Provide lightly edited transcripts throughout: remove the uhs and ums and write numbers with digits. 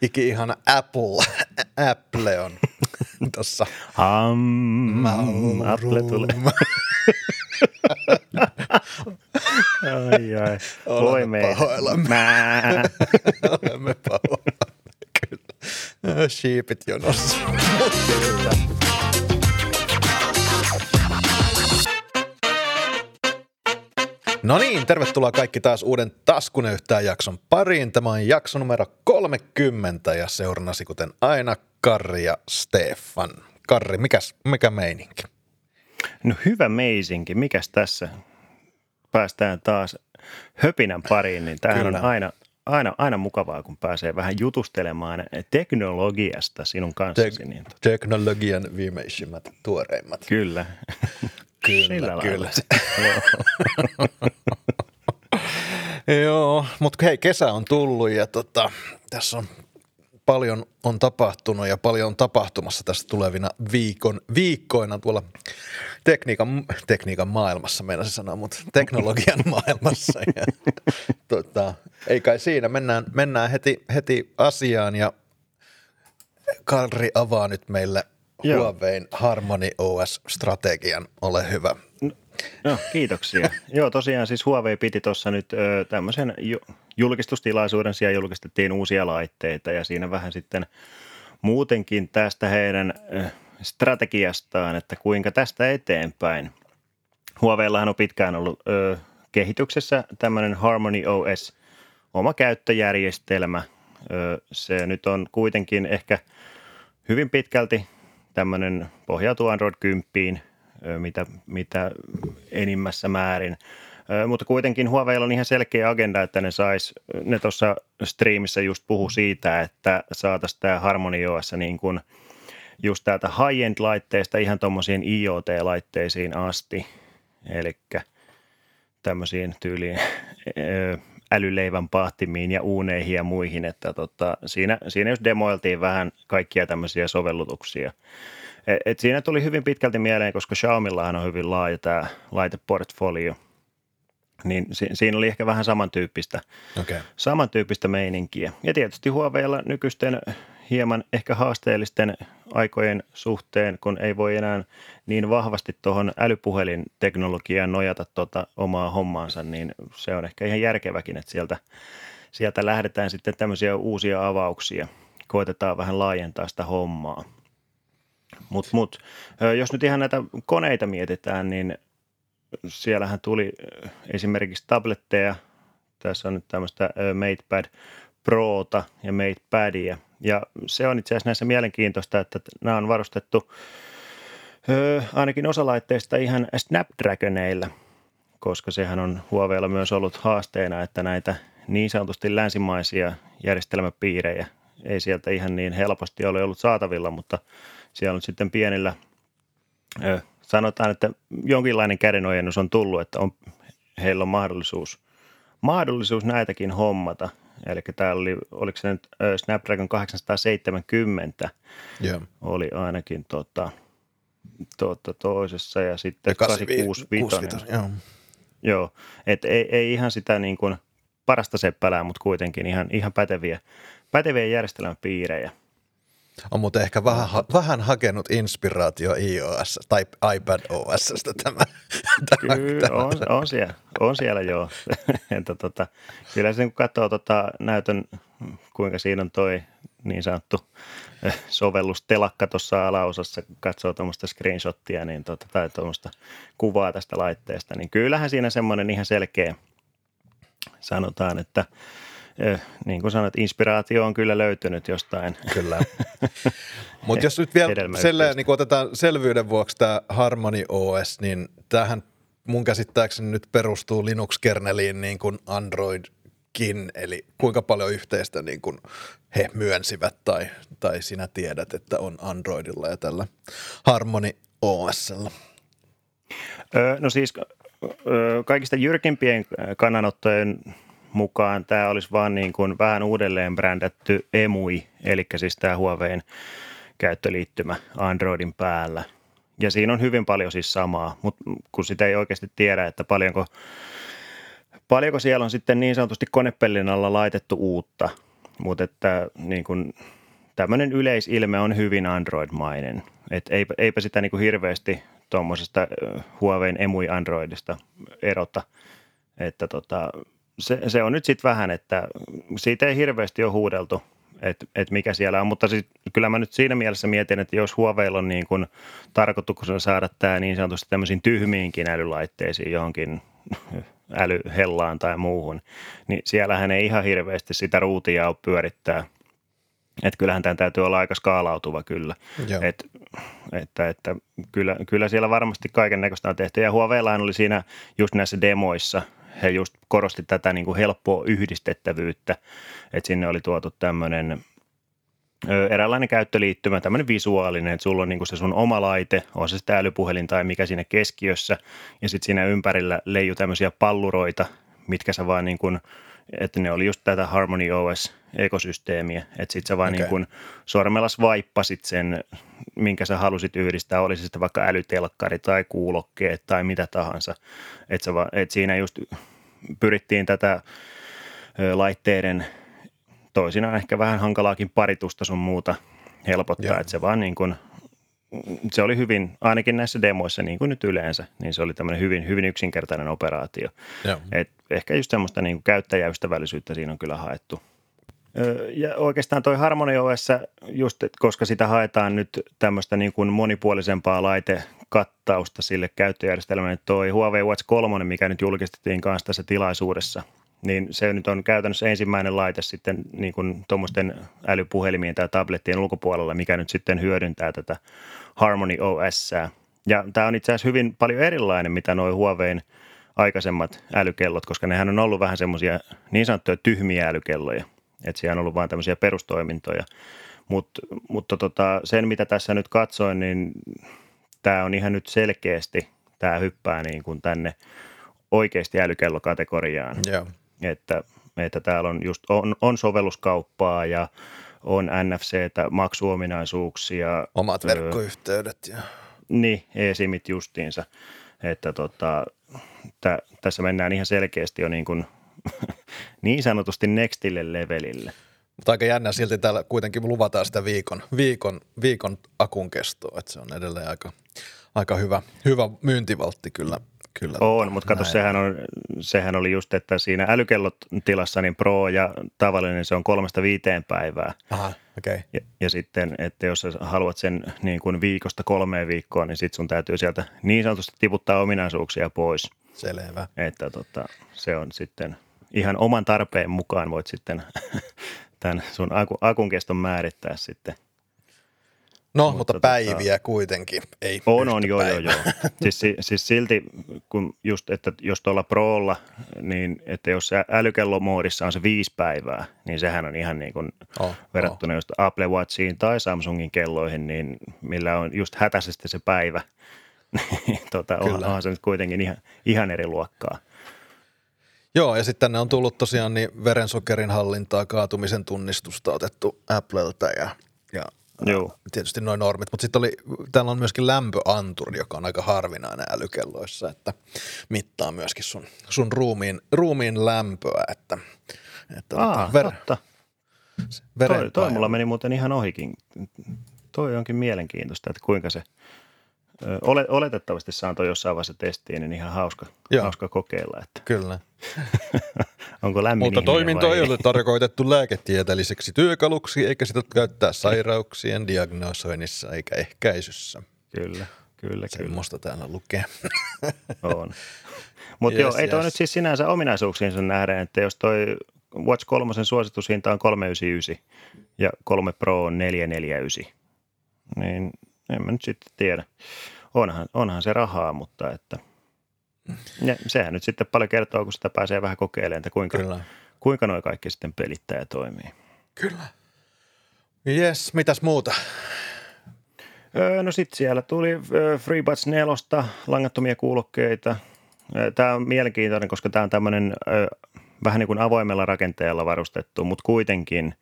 Iki-ihana Apple on tossa. Apple tulee. Ai. Voi meidän. Olemme pahoilla. Kyllä. Sheepit jonossa. No niin, tervetuloa kaikki taas uuden Taskunöyhtään jakson pariin. Tämä on jakso numero 30 ja seurannasi kuten aina Karri ja Stefan. Karri, mikä meininki? No hyvä meisinki. Mikäs tässä? Päästään taas höpinän pariin, niin tämähän on aina mukavaa, kun pääsee vähän jutustelemaan teknologiasta sinun kanssasi. Teknologian viimeisimmät, tuoreimmat. Kyllä. Kyllä. Joo, mutta hei, kesä on tullut ja tässä on paljon on tapahtunut ja paljon on tapahtumassa tässä tulevina viikkoina tuolla tekniikan maailmassa, meinasin sanoa, mutta teknologian maailmassa. Ja, ei kai siinä, mennään heti asiaan ja Karri avaa nyt meille Huawein Harmony OS-strategian, ole hyvä. No, kiitoksia. Joo, tosiaan siis Huawei piti tuossa nyt tämmöisen julkistustilaisuuden, siellä julkistettiin uusia laitteita ja siinä vähän sitten muutenkin tästä heidän strategiastaan, että kuinka tästä eteenpäin. Huaweillahan on pitkään ollut kehityksessä tämmöinen Harmony OS, oma käyttöjärjestelmä. Se nyt on kuitenkin ehkä hyvin pitkälti tämmöinen pohjautuu Android 10, mitä enimmässä määrin. Mutta kuitenkin Huaweilla on ihan selkeä agenda, että ne tuossa striimissä just puhu siitä, että saataisiin tämä Harmony OS niin kuin just täältä high-end-laitteista ihan tuommoisiin IoT-laitteisiin asti, eli tämmöisiin tyyliin älyleivän pahtimiin ja uuneihin ja muihin, että siinä just demoiltiin vähän kaikkia tämmöisiä sovellutuksia. Et siinä tuli hyvin pitkälti mieleen, koska Xiaomillahan on hyvin laaja tämä laiteportfolio, niin siinä oli ehkä vähän samantyyppistä meininkiä. Ja tietysti Huaweilla nykyisten hieman ehkä haasteellisten aikojen suhteen, kun ei voi enää niin vahvasti tuohon älypuhelinteknologiaan nojata omaa hommaansa, niin se on ehkä ihan järkeväkin, että sieltä lähdetään sitten tämmöisiä uusia avauksia, koitetaan vähän laajentaa sitä hommaa. Mut, jos nyt ihan näitä koneita mietitään, niin siellähän tuli esimerkiksi tabletteja. Tässä on nyt tämmöistä MatePad Prota ja MatePadia. Ja se on itse asiassa näissä mielenkiintoista, että nämä on varustettu ainakin osa laitteista ihan Snapdragoneilla, koska sehän on Huaweilla myös ollut haasteena, että näitä niin sanotusti länsimaisia järjestelmäpiirejä ei sieltä ihan niin helposti ole ollut saatavilla, mutta siellä on sitten pienillä, sanotaan, että jonkinlainen kädenojennus on tullut, että heillä on mahdollisuus näitäkin hommata. Eli täällä oliko se nyt Snapdragon 870 oli ainakin toisessa ja sitten 865. Joo, että ei ihan sitä niin kuin parasta seppälää, mutta kuitenkin ihan päteviä järjestelmäpiirejä. On muuten ehkä vähän hakenut inspiraatio iOS tai iPadOS:sta tämä. Kyllä, on siellä joo. Että kyllä se kun katsoo näytön, kuinka siinä on toi niin sanottu sovellustelakka tuossa alaosassa, kun katsoo tuommoista screenshottia niin tai tuommoista kuvaa tästä laitteesta, niin kyllähän siinä semmoinen ihan selkeä, sanotaan, että niin kuin sanoit, inspiraatio on kyllä löytynyt jostain. Kyllä. Mutta jos nyt vielä niin otetaan selvyyden vuoksi tämä Harmony OS, niin tämähän mun käsittääkseni nyt perustuu Linux-kerneliin niin kuin Androidkin, eli kuinka paljon yhteistä niin kuin he myönsivät tai sinä tiedät, että on Androidilla ja tällä Harmony OS:lla? No siis kaikista jyrkimpien kannanottojen mukaan tämä olisi vaan niin kuin vähän uudelleen brändätty EMUI, eli siis tämä Huawein käyttöliittymä Androidin päällä. Ja siinä on hyvin paljon siis samaa, mutta kun sitä ei oikeasti tiedä, että paljonko siellä on sitten niin sanotusti konepellin alla laitettu uutta. mutta että niin kuin tämmöinen yleisilme on hyvin Android-mainen. Et eipä sitä niin kuin hirveästi tuommoisesta Huawein emui Androidista erota. Että se on nyt sitten vähän, että siitä ei hirveästi ole huudeltu, että mikä siellä on. Mutta siis, kyllä mä nyt siinä mielessä mietin, että jos Huaweilla on niin kuin tarkoituksena saada tämä niin sanotusti tämmöisiin tyhmiinkin älylaitteisiin johonkin älyhellaan tai muuhun, niin siellähän ei ihan hirveästi sitä ruutia ole pyörittää. Että kyllähän tämän täytyy olla aika skaalautuva kyllä. Että kyllä siellä varmasti kaiken näköistä on tehty. Ja Huaweillahan oli siinä just näissä demoissa, he just korosti tätä niin kuin helppoa yhdistettävyyttä, että sinne oli tuotu tämmöinen eräänlainen käyttöliittymä, tämmöinen visuaalinen, että sulla on niin kuin se sun oma laite, on se sitten älypuhelin tai mikä siinä keskiössä, ja sitten siinä ympärillä leijuu tämmöisiä palluroita, mitkä sä vaan niin kuin, että ne oli just tätä Harmony OS-ekosysteemiä, että sit sä vaan niin kuin sormella swipeasit sen, minkä sä halusit yhdistää, oli se sitten vaikka älytelkkari tai kuulokkeet tai mitä tahansa, että siinä just pyrittiin tätä laitteiden toisinaan ehkä vähän hankalaakin paritusta sun muuta helpottaa, että se vaan niin kuin, se oli hyvin, ainakin näissä demoissa niin kuin nyt yleensä, niin se oli tämmöinen hyvin, hyvin yksinkertainen operaatio. Et ehkä just semmoista niin kuin käyttäjäystävällisyyttä siinä on kyllä haettu. Ja oikeastaan toi Harmony OS, just koska sitä haetaan nyt tämmöistä niin kuin monipuolisempaa laitekattausta sille käyttöjärjestelmälle, toi Huawei Watch 3, mikä nyt julkistettiin kanssa tässä tilaisuudessa, niin se nyt on käytännössä ensimmäinen laite sitten niin kuin tuommoisten älypuhelimien tai tablettien ulkopuolella, mikä nyt sitten hyödyntää tätä Harmony OS:ää. Ja tämä on itse asiassa hyvin paljon erilainen, mitä nuo Huawein aikaisemmat älykellot, koska nehän on ollut vähän semmoisia niin sanottuja tyhmiä älykelloja, että siellä on ollut vain tämmöisiä perustoimintoja. Mutta sen, mitä tässä nyt katsoin, niin tämä on ihan nyt selkeästi, tämä hyppää niin kuin tänne oikeasti älykellokategoriaan. Joo. Että täällä on just on sovelluskauppaa ja on NFC:tä, maksuominaisuuksia. Omat verkkoyhteydet. Ja Niin, eSIMit justiinsa. Että tässä mennään ihan selkeästi jo niin kuin niin sanotusti nextille levelille. Mutta aika jännä silti täällä kuitenkin luvataan sitä viikon akun kestoa, että se on edelleen aika hyvä myyntivaltti kyllä. On, mutta kato, sehän oli just, että siinä älykellot-tilassa niin Pro ja tavallinen se on 3-5 päivää. Aha, okei. Ja sitten, että jos sä haluat sen niin kuin 1-3 viikkoa, niin sit sun täytyy sieltä niin sanotusti tiputtaa ominaisuuksia pois. Selvä. Että se on sitten ihan oman tarpeen mukaan voit sitten tämän sun akun keston määrittää sitten. No, mutta päiviä kuitenkin, ei on, joo. Siis silti, kun just, että jos tuolla Prolla, niin että jos älykellomoodissa on se 5 päivää, niin sehän on ihan niin kuin verrattuna just Apple Watchiin tai Samsungin kelloihin, niin millä on just hätäisesti se päivä, niin onhan se nyt kuitenkin ihan eri luokkaa. Joo, ja sitten tänne on tullut tosiaan niin verensokerin hallintaa, kaatumisen tunnistusta otettu Appleltä ja tietysti noin normit, mutta sitten täällä on myöskin lämpöanturi, joka on aika harvinainen älykelloissa, että mittaa myöskin sun ruumiin lämpöä, että totta. Toi mulla meni muuten ihan ohikin. Toi onkin mielenkiintoista, että kuinka se, oletettavasti saan toi jossain vaiheessa testiin, niin ihan hauska kokeilla. Että. Kyllä. Onko lämmin Mutta toiminto ei ole tarkoitettu lääketieteelliseksi työkaluksi, eikä sitä käyttää sairauksien diagnosoinnissa eikä ehkäisyssä. Kyllä. Semmoista täällä lukee. On. Mutta ei toi nyt siis sinänsä ominaisuuksiinsa nähdä, että jos toi Watch 3 suositushinta on 399 ja 3 Pro on 449, niin en mä nyt sitten tiedä. Onhan se rahaa, mutta että ja sehän nyt sitten paljon kertoo, kun sitä pääsee vähän kokeilemaan, että kuinka noi kaikki sitten pelittää ja toimii. Kyllä. Jes, mitäs muuta? No sitten siellä tuli FreeBuds 4, langattomia kuulokkeita. Tämä on mielenkiintoinen, koska tämä on tämmöinen vähän niin kuin avoimella rakenteella varustettu, mutta kuitenkin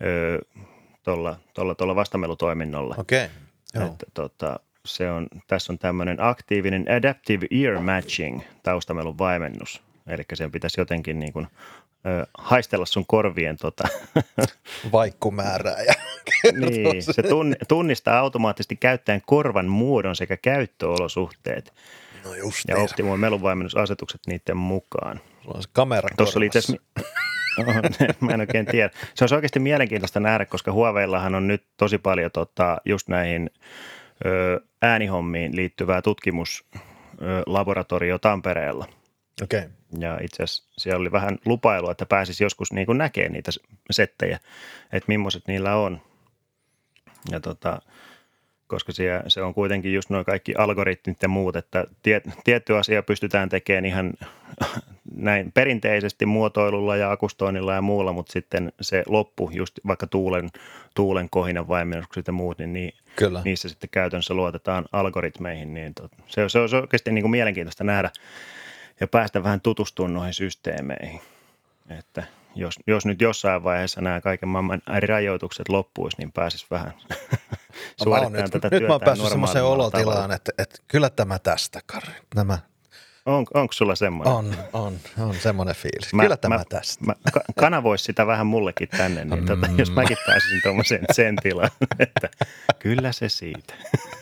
tuolla vastamelutoiminnolla. Okei. Että tässä on tämmöinen aktiivinen Adaptive Ear Matching taustamelun vaimennus. Eli sen pitäisi jotenkin niin kuin haistella sun korvien Vaikkumäärää ja niin, se tunnistaa automaattisesti käyttäjän korvan muodon sekä käyttöolosuhteet No just ja optimoi melunvaimennusasetukset niiden mukaan. Sulla on se kamera Tuossa oli itse mä en oikein tiedä. Se olisi oikeasti mielenkiintoista nähdä, koska Huaweillahan on nyt tosi paljon just näihin äänihommiin liittyvää tutkimuslaboratorio Tampereella. Okay. Ja itse asiassa siellä oli vähän lupailua, että pääsisi joskus niin kuin näkemään niitä settejä, että millaiset niillä on. Ja koska se on kuitenkin just nuo kaikki algoritmit ja muut, että tietty asia pystytään tekemään ihan näin perinteisesti muotoilulla ja akustoinnilla ja muulla, mutta sitten se loppu, just vaikka tuulen kohinan vaimennukset ja muut, niin niissä sitten käytännössä luotetaan algoritmeihin. Niin se on oikeasti niin kuin mielenkiintoista nähdä ja päästä vähän tutustumaan noihin systeemeihin. Että jos nyt jossain vaiheessa nämä kaiken maailman rajoitukset loppuisi, niin pääsisi vähän suorittamaan tätä työtä. Nyt mä oon päässyt semmoiseen olotilaan, että kyllä tämä tästä, Karri. Onko sulla semmoinen? On semmoinen fiilis. Kyllä tämä tästä. Kanavoisi sitä vähän mullekin tänne, niin jos mäkin pääsisin tuommoiseen sen tilaan, että kyllä se siitä.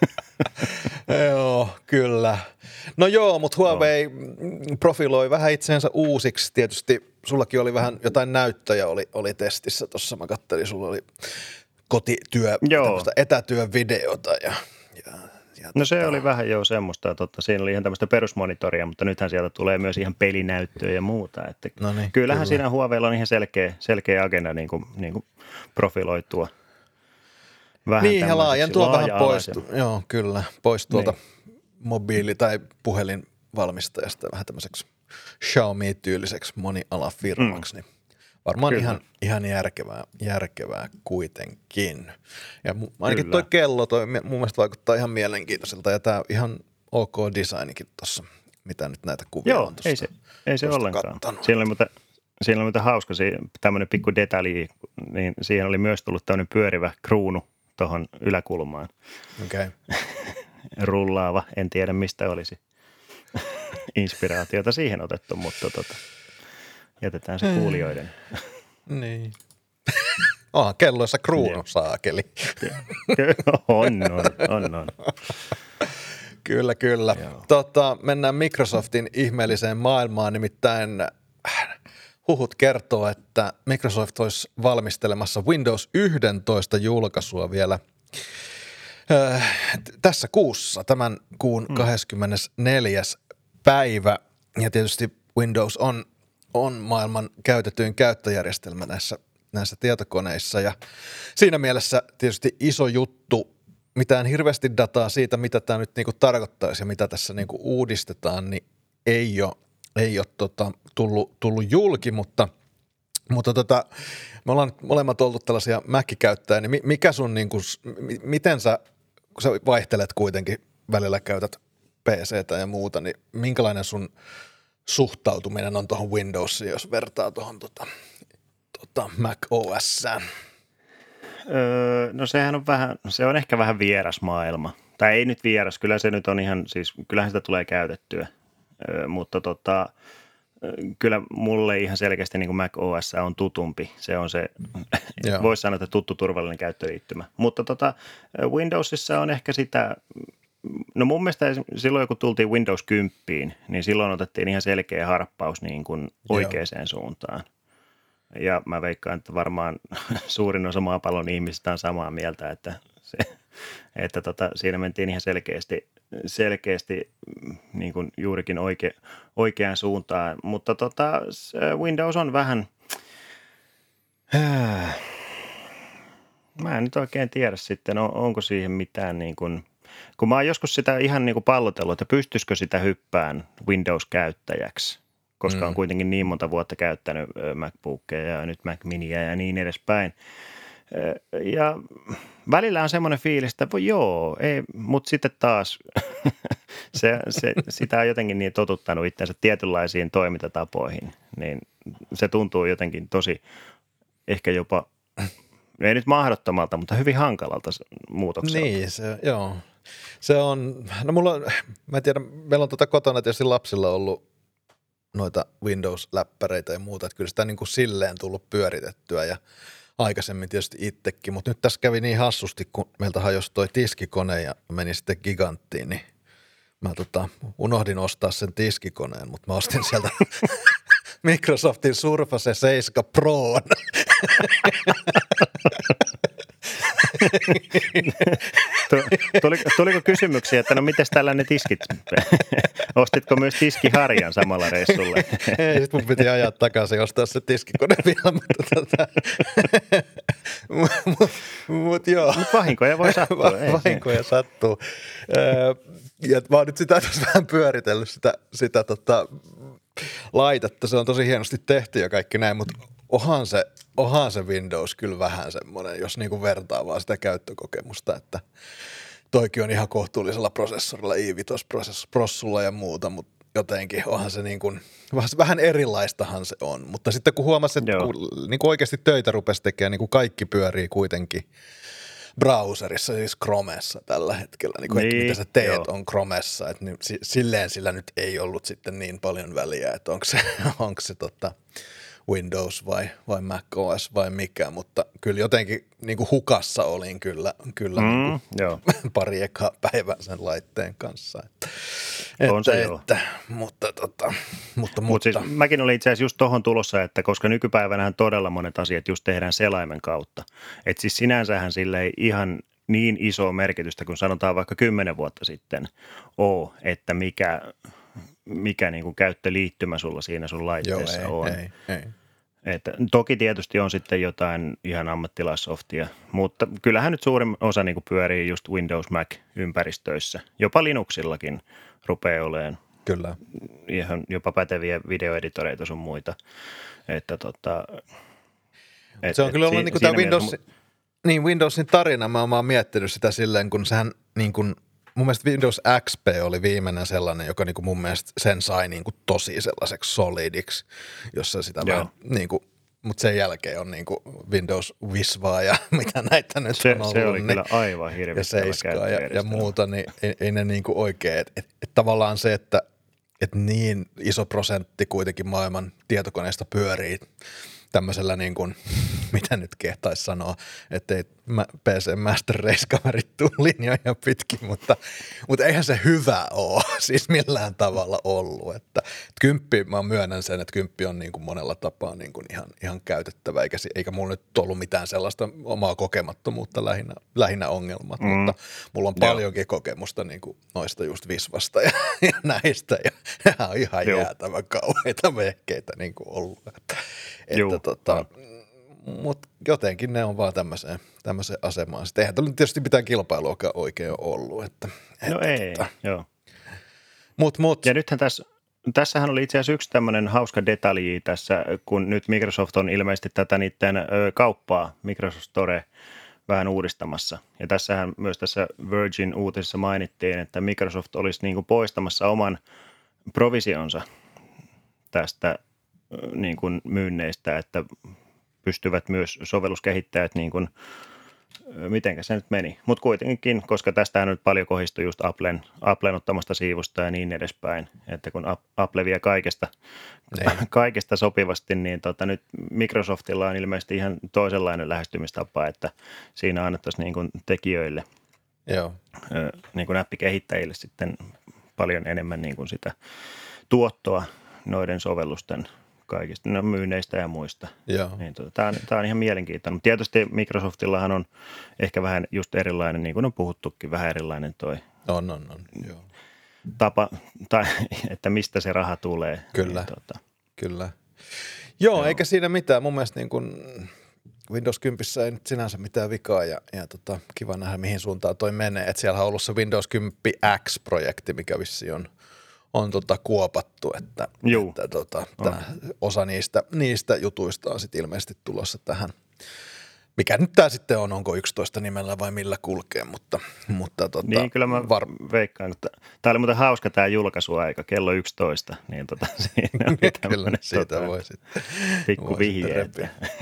Joo, kyllä. No joo, mutta Huawei profiloi vähän itseensä uusiksi. Tietysti sullakin oli vähän jotain näyttöjä oli testissä tuossa. Mä katselin, sulla oli etätyövideota ja no se oli vähän semmoista, siinä oli ihan tämmöistä perusmonitoria, mutta nythän sieltä tulee myös ihan pelinäyttöä ja muuta. Että kyllähän kyllä. Siinä Huaweilla on ihan selkeä agenda niin kuin profiloitua. Vähän niin ja laajentua vähän pois. Joo, kyllä. Pois tuolta mobiili- tai puhelinvalmistajasta vähän tämmöiseksi Xiaomi-tyyliseksi monialafirmaksi. Niin varmaan ihan järkevää kuitenkin. Ja ainakin toi kello, mun mielestä vaikuttaa ihan mielenkiintoiselta. Ja tää ihan ok designikin tuossa, mitä nyt näitä kuvia on tuossa. Ei se ollenkaan. Siinä oli muuten hauska tämmöinen pikku detalji, niin siihen oli myös tullut tämmöinen pyörivä kruunu tuohon yläkulmaan. Okay. Rullaava, en tiedä mistä olisi inspiraatiota siihen otettu, mutta jätetään se kuulijoiden. Niin. Onhan kelloissa kruunu saakeli. On. Kyllä. Mennään Microsoftin ihmeelliseen maailmaan, nimittäin huhut kertoo, että Microsoft olisi valmistelemassa Windows 11 julkaisua vielä tässä kuussa, tämän kuun 24. päivä. Ja tietysti Windows on maailman käytetyin käyttöjärjestelmä näissä tietokoneissa. Ja siinä mielessä tietysti iso juttu, mitään hirveästi dataa siitä, mitä tämä nyt niinku tarkoittaisi ja mitä tässä niinku uudistetaan, niin ei ole tullut julki, mutta me ollaan molemmat oltu tällaisia Mac-käyttäjiä, niin mikä sun niinku, miten sä, kun sä vaihtelet kuitenkin välillä käytät PC:tä ja muuta, niin minkälainen sun suhtautuminen on tuohon Windowsiin, jos vertaa tuohon Mac OS:ään? No se on ehkä vähän vieras maailma. Tai ei nyt vieras, kyllä se nyt on ihan, siis kyllähän sitä tulee käytettyä, mutta kyllä mulle ihan selkeästi niin kuin Mac OS on tutumpi. Se on se, voisi sanoa, että tuttu turvallinen käyttöliittymä. Mutta Windowsissa on ehkä sitä, no mun mielestä silloin kun tultiin Windows 10, niin silloin otettiin ihan selkeä harppaus niin kuin oikeaan suuntaan. Ja mä veikkaan, että varmaan suurin osa maapallon ihmisistä on samaa mieltä, että siinä mentiin ihan selkeästi niin kuin juurikin oikeaan suuntaan. Mutta Windows on vähän, mä en nyt oikein tiedä sitten, onko siihen mitään niin kuin, kun mä oon joskus sitä ihan niin kuin pallotellut, että pystyisikö sitä hyppään Windows-käyttäjäksi, koska on kuitenkin niin monta vuotta käyttänyt MacBookia ja nyt Mac Miniä ja niin edespäin. Ja välillä on semmoinen fiilis, että ei, mutta sitten taas sitä on jotenkin niin totuttanut itsensä tietynlaisiin toimintatapoihin, niin se tuntuu jotenkin tosi ehkä jopa, ei nyt mahdottomalta, mutta hyvin hankalalta muutokselta. Niin, se on, no mä en tiedä, meillä on kotona tietysti lapsilla ollut noita Windows-läppäreitä ja muuta, että kyllä sitä niin kuin silleen tullut pyöritettyä ja aikaisemmin tietysti itsekin, mutta nyt tässä kävi niin hassusti, kun meiltä hajosi toi tiskikone ja meni sitten Giganttiin, niin mä unohdin ostaa sen tiskikoneen, mutta mä ostin sieltä Microsoftin Surface 7 Proon. Tuliko kysymyksiä, että no mites tällainen tiskit? Ostitko myös tiskiharjan samalla reissulla? Ei, sit mun piti ajaa takaisin ja ostaa se tiskikone vielä, mutta joo. Mut vahinkoja voi sattua. Vahinkoja sattuu. Ja mä oon nyt sitä vähän pyöritellyt sitä laitetta. Se on tosi hienosti tehty ja kaikki näin, mutta onhan se Windows kyllä vähän semmoinen, jos niinku vertaa vaan sitä käyttökokemusta, että toikin on ihan kohtuullisella prosessorilla, i5-prossulla ja muuta, mutta jotenkin onhan se niin kuin, vähän erilaistahan se on. Mutta sitten kun huomasi, että niin kuin oikeasti töitä rupesi tekemään, niin kuin kaikki pyörii kuitenkin browserissa, siis Chromessa tällä hetkellä, niin kuin, että mitä sä teet on Chromessa, että silleen sillä nyt ei ollut sitten niin paljon väliä, että onko se Windows vai Mac OS vai mikä, mutta kyllä jotenkin niin kuin hukassa olin kyllä niin kuin pari ekaa päivää sen laitteen kanssa. Mutta siis mäkin olin itse asiassa just tohon tulossa, että koska nykypäivänähän todella monet asiat just tehdään selaimen kautta. Että siis sinänsähän sille ei ihan niin isoa merkitystä, kun sanotaan vaikka 10 vuotta sitten että mikä niin kuin käyttöliittymä sulla siinä sun laitteessa on. Ei. Että toki tietysti on sitten jotain ihan ammattilaissoftia, mutta kyllähän nyt suurin osa niin kuin pyörii just Windows Mac-ympäristöissä. Jopa Linuxillakin rupeaa olemaan. Kyllä. Ihan jopa päteviä videoeditoreita sun muita. Se on kyllä ollut niin kuin tämä Windowsin tarina. Mä oon miettinyt sitä silleen, kun sehän niin kuin mun mielestä Windows XP oli viimeinen sellainen, joka niin kuin mun mielestä sen sai niin kuin tosi sellaiseksi solidiksi, jossa sitä vähän niin kuin, mutta sen jälkeen on niin kuin Windows Visvaa ja mitä näitä nyt on ollut. Se oli kyllä aivan hirvittävä ja muuta, niin ei ne niin kuin oikein. Että tavallaan se, että niin iso prosentti kuitenkin maailman tietokoneista pyörii tämmöisellä niin kuin, mitä nyt kehtaisi sanoa, ettei PC Master Race-kaverit tuu linjoja pitkin, mutta eihän se hyvä ole siis millään tavalla ollut. Että 10, mä myönnän sen, että 10 on niin kuin monella tapaa niin kuin ihan käytettävä, eikä mulla nyt ollut mitään sellaista omaa kokemattomuutta lähinnä ongelmat, mutta mulla on paljonkin kokemusta niin kuin noista just Visvasta ja näistä, ja nämä on ihan jäätävän kauheita vehkeitä niin kuin ollut. Mutta jotenkin ne on vaan tämmöiseen asemaan. Sitten eihän tällä tietysti mitään kilpailuakaan oikein ollut. Joo. Mut. Ja nythän tässähän oli itse asiassa yksi tämmöinen hauska detalji tässä, kun nyt Microsoft on ilmeisesti tätä niiden kauppaa, Microsoft Store, vähän uudistamassa. Ja tässähän myös tässä Virgin-uutisessa mainittiin, että Microsoft olisi niin kuin poistamassa oman provisionsa tästä niin kuin myynneistä, että pystyvät myös sovelluskehittäjät, niin kuin, mitenkä se nyt meni. Mutta kuitenkin, koska tästähän nyt paljon kohdistui just Applen ottamasta siivusta ja niin edespäin, että kun Apple vie kaikesta sopivasti, niin nyt Microsoftilla on ilmeisesti ihan toisenlainen lähestymistapa, että siinä annettaisiin niin kuin tekijöille, niin kuin appikehittäjille sitten paljon enemmän niin kuin sitä tuottoa noiden sovellusten kaikista myynneistä ja muista. Niin tämä on ihan mielenkiintoinen. Tietysti Microsoftillahan on ehkä vähän just erilainen, niin kuin on puhuttukin, vähän erilainen toi joo. Tapa, tai että mistä se raha tulee. Kyllä, niin, kyllä. Joo, eikä siinä mitään. Mun mielestä niin kuin Windows 10 ei nyt sinänsä mitään vikaa ja kiva nähdä, mihin suuntaan toi menee. Että siellä on ollut se Windows 10 X-projekti, mikä vissiin on kuopattu, että osa niistä jutuista on sitten ilmeisesti tulossa tähän. Mikä nyt tämä sitten on, onko 11 nimellä vai millä kulkee, mutta niin kyllä mä veikkaan, että tämä oli muuten hauska tämä julkaisuaika, kello 11, niin siinä oli kyllä siitä voi sitten pikku vihjeet.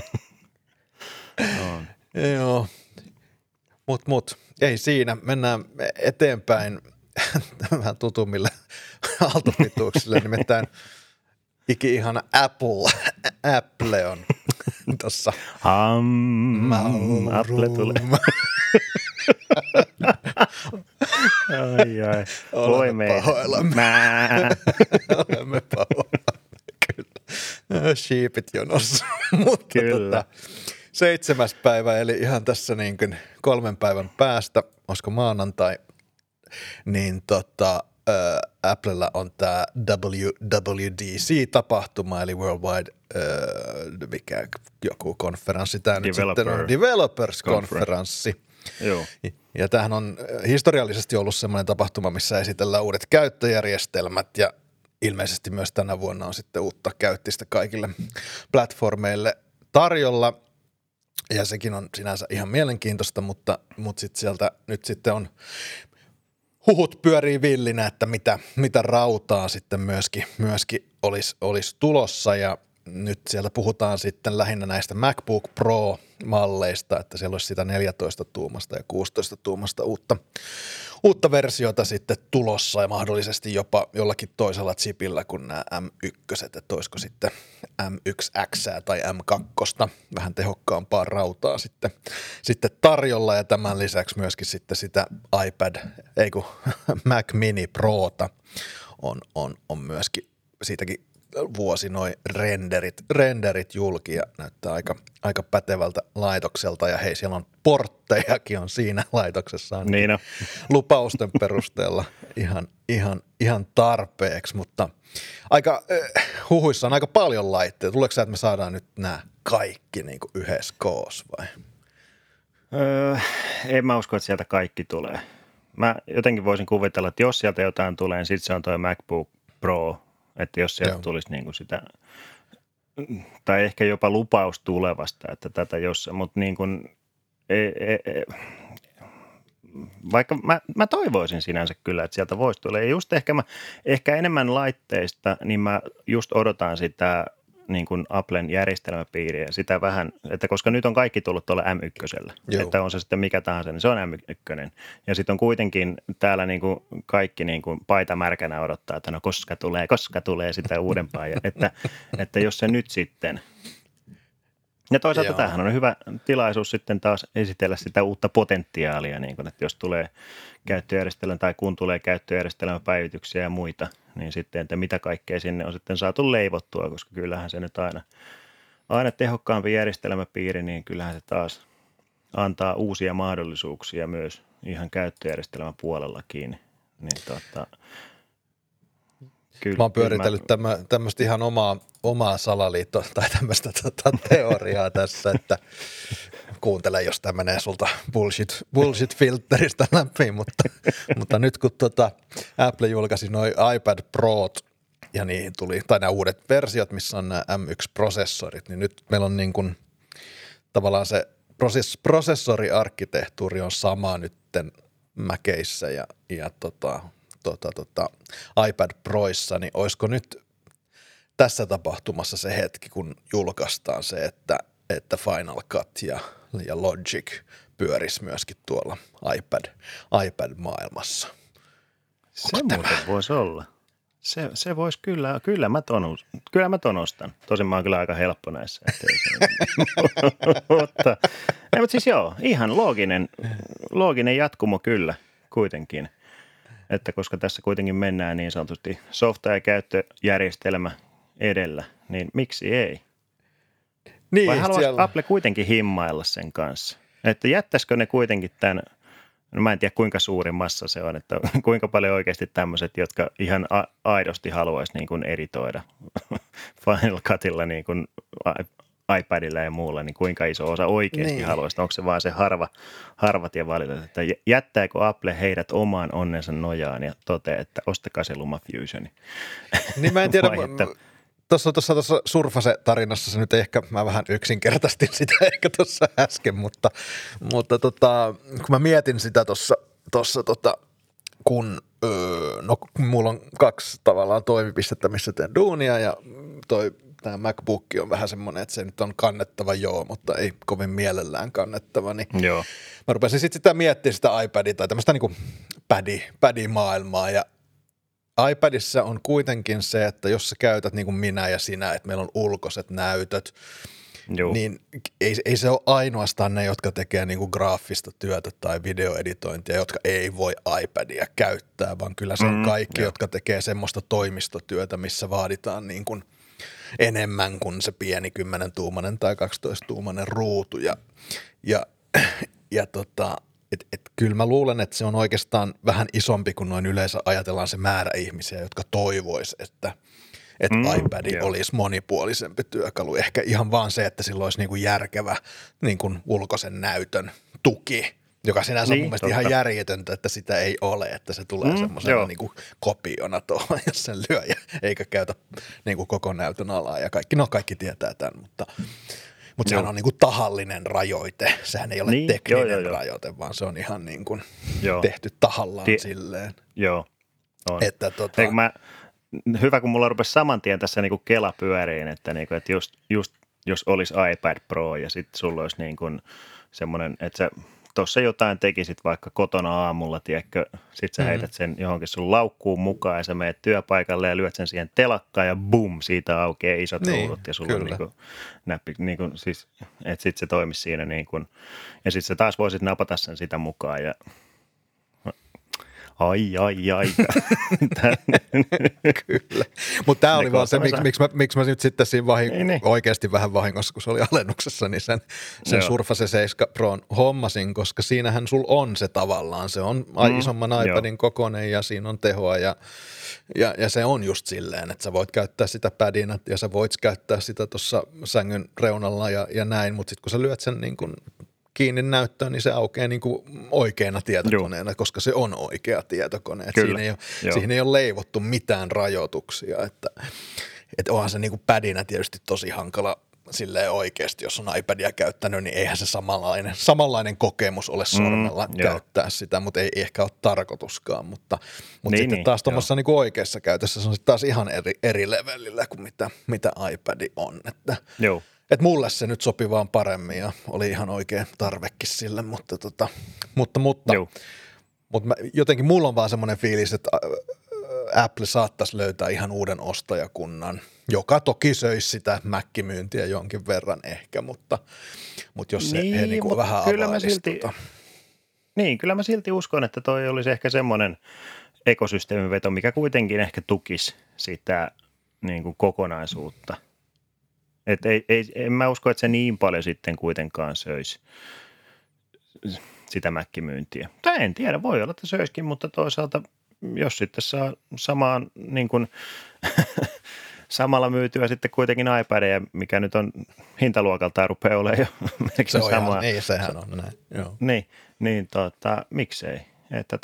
Joo, mut ei siinä, mennään eteenpäin vähän tutummille aaltopituuksille, nimittäin Ihana Apple on tossa. Apple tulee. Ai. Voi meidän. Olemme pahoillamme. Kyllä. Sheepit jonossa. Mutta Kyllä. 7. päivä, eli ihan tässä niin kuin 3 päivän päästä, olisiko maanantai, niin Applella on tämä WWDC-tapahtuma, eli Worldwide, mikä joku konferenssi tämä nyt sitten on, Developers-konferenssi. Joo. Ja tämähän on historiallisesti ollut semmoinen tapahtuma, missä esitellään uudet käyttöjärjestelmät ja ilmeisesti myös tänä vuonna on sitten uutta käyttistä kaikille platformeille tarjolla. Ja sekin on sinänsä ihan mielenkiintoista, mutta sitten sieltä nyt sitten on huhut pyörii villinä, että mitä rautaa sitten myöskin olisi tulossa ja nyt sieltä puhutaan sitten lähinnä näistä MacBook Pro-malleista, että siellä olisi sitä 14-tuumasta ja 16-tuumasta uutta versiota sitten tulossa ja mahdollisesti jopa jollakin toisella chipillä kuin nämä M1, että olisiko sitten M1X tai M2, vähän tehokkaampaa rautaa sitten tarjolla ja tämän lisäksi myöskin sitten sitä Mac Mini Prota on myöskin siitäkin vuosi noi renderit julki ja näyttää aika pätevältä laitokselta ja hei siellä on porttejakin on siinä laitoksessa niin on. Lupausten perusteella ihan tarpeeksi, mutta aika huhuissa on aika paljon laitteita. Tuleeko sä, että me saadaan nyt nämä kaikki niin kuin yhdessä koossa vai? En mä usko, että sieltä kaikki tulee. Mä jotenkin voisin kuvitella, että jos sieltä jotain tulee, niin sitten se on toi MacBook Pro. Että jos sieltä tulisi niin kuin sitä, tai ehkä jopa lupaus tulevasta, että tätä jos, mutta niin kuin, vaikka mä toivoisin sinänsä kyllä, että sieltä voisi tulla. Ja just ehkä enemmän laitteista, niin mä just odotan sitä niin kuin Applen järjestelmäpiiriä ja sitä vähän, että koska nyt on kaikki tullut tuolla M1, että on se sitten mikä tahansa, niin se on M1. Ja sitten on kuitenkin täällä niin kuin kaikki niin kuin paita märkänä odottaa, että no koska tulee sitä uudempaa, että jos se nyt sitten. Ja toisaalta tämähän on hyvä tilaisuus sitten taas esitellä sitä uutta potentiaalia, niin kuin, että jos tulee käyttöjärjestelmä tai kun tulee käyttöjärjestelmäpäivityksiä ja muita, niin sitten, että mitä kaikkea sinne on sitten saatu leivottua, koska kyllähän se nyt aina tehokkaampi järjestelmäpiiri, niin kyllähän se taas antaa uusia mahdollisuuksia myös ihan käyttöjärjestelmän puolellakin. Niin mä oon pyöritellyt tämmöistä ihan omaa salaliittoa tai tämmöistä teoriaa tässä, että kuuntele, jos tämä menee sulta bullshit-filteristä läpi, mutta nyt kun Apple julkaisi noi iPad Prot ja niihin tuli, tai nämä uudet versiot, missä on nämä M1-prosessorit, niin nyt meillä on niin kuin tavallaan se prosessoriarkkitehtuuri on sama nytten Maceissä ja iPad Proissa, niin olisiko nyt tässä tapahtumassa se hetki, kun julkaistaan se, että Final Cut ja Logic pyörisi myöskin tuolla iPad-maailmassa. Se muuten voisi olla. Se voisi kyllä mä ton ostan. Tosin mä oon kyllä aika helppo näissä. mutta siis joo, ihan looginen jatkumo kyllä kuitenkin. Että koska tässä kuitenkin mennään niin sanotusti softa- ja käyttöjärjestelmä edellä, niin miksi ei? Niin, vai haluaisi Apple kuitenkin himmailla sen kanssa? Että jättäisikö ne kuitenkin tämän, no mä en tiedä kuinka suuri massa se on, että kuinka paljon oikeasti tämmöiset, jotka ihan aidosti haluaisi niin kuin editoida Final Cutilla niin kuin iPadilla ja muulla, niin kuinka iso osa oikeasti haluaisi? Onko se vaan se harvat ja valitat, että jättääkö Apple heidät omaan onnensa nojaan ja toteaa, että ostakaa se LumaFusioni? Niin mä en tiedä, tuossa Surfase-tarinassa se nyt ehkä, mä vähän yksinkertaistin sitä ehkä tuossa äsken, mutta kun mä mietin sitä tuossa kun mulla on 2 tavallaan toimipistettä, missä teen duunia ja tämä MacBook on vähän semmoinen, että se nyt on kannettava mutta ei kovin mielellään kannettava, niin joo. Mä rupesin sitten sitä miettimään sitä iPadia tai tämmöistä niin kuin pädi-maailmaa ja iPadissa on kuitenkin se, että jos sä käytät niin kuin minä ja sinä, että meillä on ulkoiset näytöt, niin ei se ole ainoastaan ne, jotka tekee niin kuin graafista työtä tai videoeditointia, jotka ei voi iPadia käyttää, vaan kyllä se on kaikki, jotka tekee semmoista toimistotyötä, missä vaaditaan niin kuin enemmän kuin se pieni 10-tuumainen tai 12-tuumainen ruutu. Kyllä mä luulen, että se on oikeastaan vähän isompi kuin noin yleensä ajatellaan se määrä ihmisiä, jotka toivois, että iPad olisi monipuolisempi työkalu. Ehkä ihan vaan se, että sillä olisi niin kuin järkevä niin kuin ulkoisen näytön tuki, joka sinänsä on mun mielestä ihan järjetöntä, että sitä ei ole, että se tulee semmoisena niin kuin kopiona tuohon, jos sen lyö eikä käytä niin kuin koko näytön alaa ja kaikki tietää tämän, mutta sehän on niin kuin tahallinen rajoite. Sehän ei ole tekninen rajoite, vaan se on ihan niin kuin tehty tahallaan silleen. Joo, on. Että hyvä, kun mulla rupesi saman tien tässä niin kuin Kela pyöriin, että just jos olisi iPad Pro ja sitten sulla olisi niin kuin semmoinen, että sä tuossa jotain tekisit vaikka kotona aamulla, tiedätkö, sit sä heität sen johonkin sun laukkuun mukaan ja sä menet työpaikalle ja lyöt sen siihen telakkaan ja bum, siitä aukeaa isot ruudut ja sulla on niin kuin näppi, niin kuin siis, että sit se toimisi siinä niin kuin, ja sit sä taas voisit napata sen sitä mukaan ja ai. Kyllä. Mutta tämä oli vaan se, miksi mä nyt sitten siinä oikeasti vähän vahingossa, kun se oli alennuksessa, niin sen Surface 7 Proon hommasin, koska siinähän sul on se tavallaan. Se on isomman iPadin kokoinen ja siinä on tehoa ja se on just silleen, että sä voit käyttää sitä padina ja sä voit käyttää sitä tuossa sängyn reunalla ja näin, mutta sitten kun sä lyöt sen niin kuin kiinni näyttöön, niin se aukeaa niin kuin oikeana tietokoneena, koska se on oikea tietokone. Siihen ei ole leivottu mitään rajoituksia. Että onhan se niin kuin padina tietysti tosi hankala silleen oikeasti, jos on iPadia käyttänyt, niin eihän se samanlainen kokemus ole sormella käyttää sitä, mutta ei ehkä ole tarkoituskaan. Mutta sitten taas tuommoisessa niin kuin oikeassa käytössä se on sitten taas ihan eri levelillä kuin mitä iPad on. Että mulle se nyt sopi vaan paremmin ja oli ihan oikein tarvekin sille, mutta jotenkin mulla on vaan semmoinen fiilis, että Apple saattaisi löytää ihan uuden ostajakunnan, joka toki söisi sitä Mac-myyntiä jonkin verran ehkä, mutta jos se he niin kuin vähän availisi. Kyllä mä silti uskon, että toi olisi ehkä semmoinen ekosysteemiveto, mikä kuitenkin ehkä tukisi sitä niin kuin kokonaisuutta. En mä usko, että se niin paljon sitten kuitenkaan söisi sitä Mac-myyntiä. Tai en tiedä, voi olla, että söisikin, mutta toisaalta jos sitten saa samaan niin kuin samalla myytyä sitten kuitenkin iPadia, mikä nyt on hintaluokaltaan rupeaa olemaan jo melkein samaa. Ei, sehän on näin. Joo. Niin miksei. Että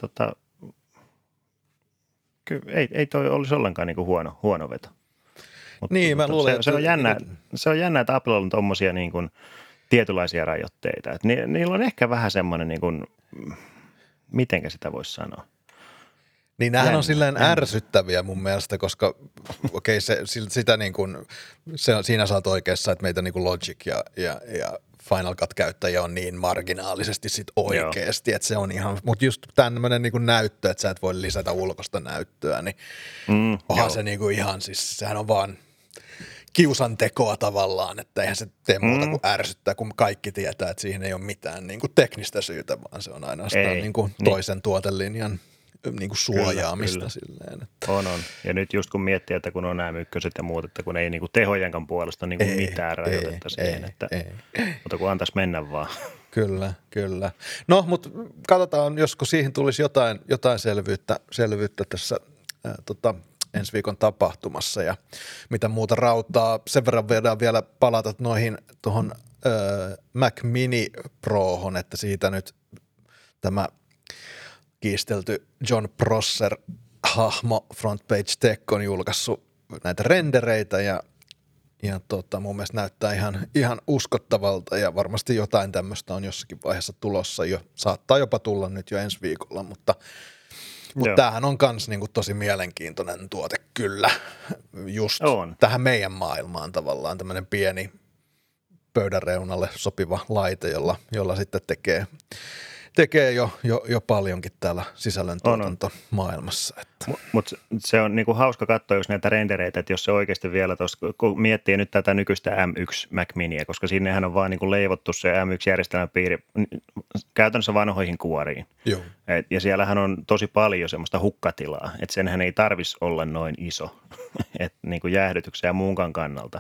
ei toi olisi ollenkaan niin kuin huono veto. Niin, mä luulen, se on jännä, että Applella on tommosia niin kuin tietynlaisia rajoitteita. Että niillä on ehkä vähän semmoinen, niin kuin, mitenkä sitä voisi sanoa. Niin nämähän on silleen ärsyttäviä mun mielestä, koska sitä niin kuin, siinä sä oot oikeassa, että meitä niin kuin Logic ja Final Cut-käyttäjiä on niin marginaalisesti sit oikeasti, että se on ihan, mutta just tämmöinen niin kuin näyttö, että sä et voi lisätä ulkoista näyttöä, niin onhan se niin kuin ihan, siis sehän on vaan kiusantekoa tavallaan, että eihän se tee muuta kuin ärsyttää, kun kaikki tietää, että siihen ei ole mitään niin kuin teknistä syytä, vaan se on ainoastaan niin kuin toisen tuotelinjan niin kuin suojaamista. Kyllä. Silleen. Että. On. Ja nyt just kun miettii, että kun on nämä mykköset ja muut, että kun ei niin kuin tehojenkaan puolesta niin kuin mitään rajoitetta siihen, että mutta kun antaisi mennä vaan. Kyllä. No, mutta katsotaan, josko siihen tulisi jotain selvyyttä tässä ensi viikon tapahtumassa ja mitä muuta rautaa. Sen verran voidaan vielä palata tuohon Mac Mini Prohon, että siitä nyt tämä kiistelty John Prosser-hahmo Frontpage Tech on julkaissut näitä rendereitä ja mun mielestä näyttää ihan uskottavalta ja varmasti jotain tämmöistä on jossakin vaiheessa tulossa jo. Saattaa jopa tulla nyt jo ensi viikolla, mutta tämähän on myös niinku tosi mielenkiintoinen tuote kyllä just tähän meidän maailmaan tavallaan tämmöinen pieni pöydän reunalle sopiva laite, jolla sitten tekee jo paljonkin täällä sisällöntuotantomaailmassa. Mutta se on niinku hauska katsoa just näitä rendereitä, että jos se oikeasti vielä tuossa, kun miettii nyt tätä nykyistä M1 Mac Minia, koska sinnehän on vaan niinku leivottu se M1-järjestelmäpiiri käytännössä vanhoihin kuoriin. Joo. Ja siellähän on tosi paljon semmoista hukkatilaa, että senhän ei tarvitsisi olla noin iso, että niinku jäähdytyksen ja muunkaan kannalta.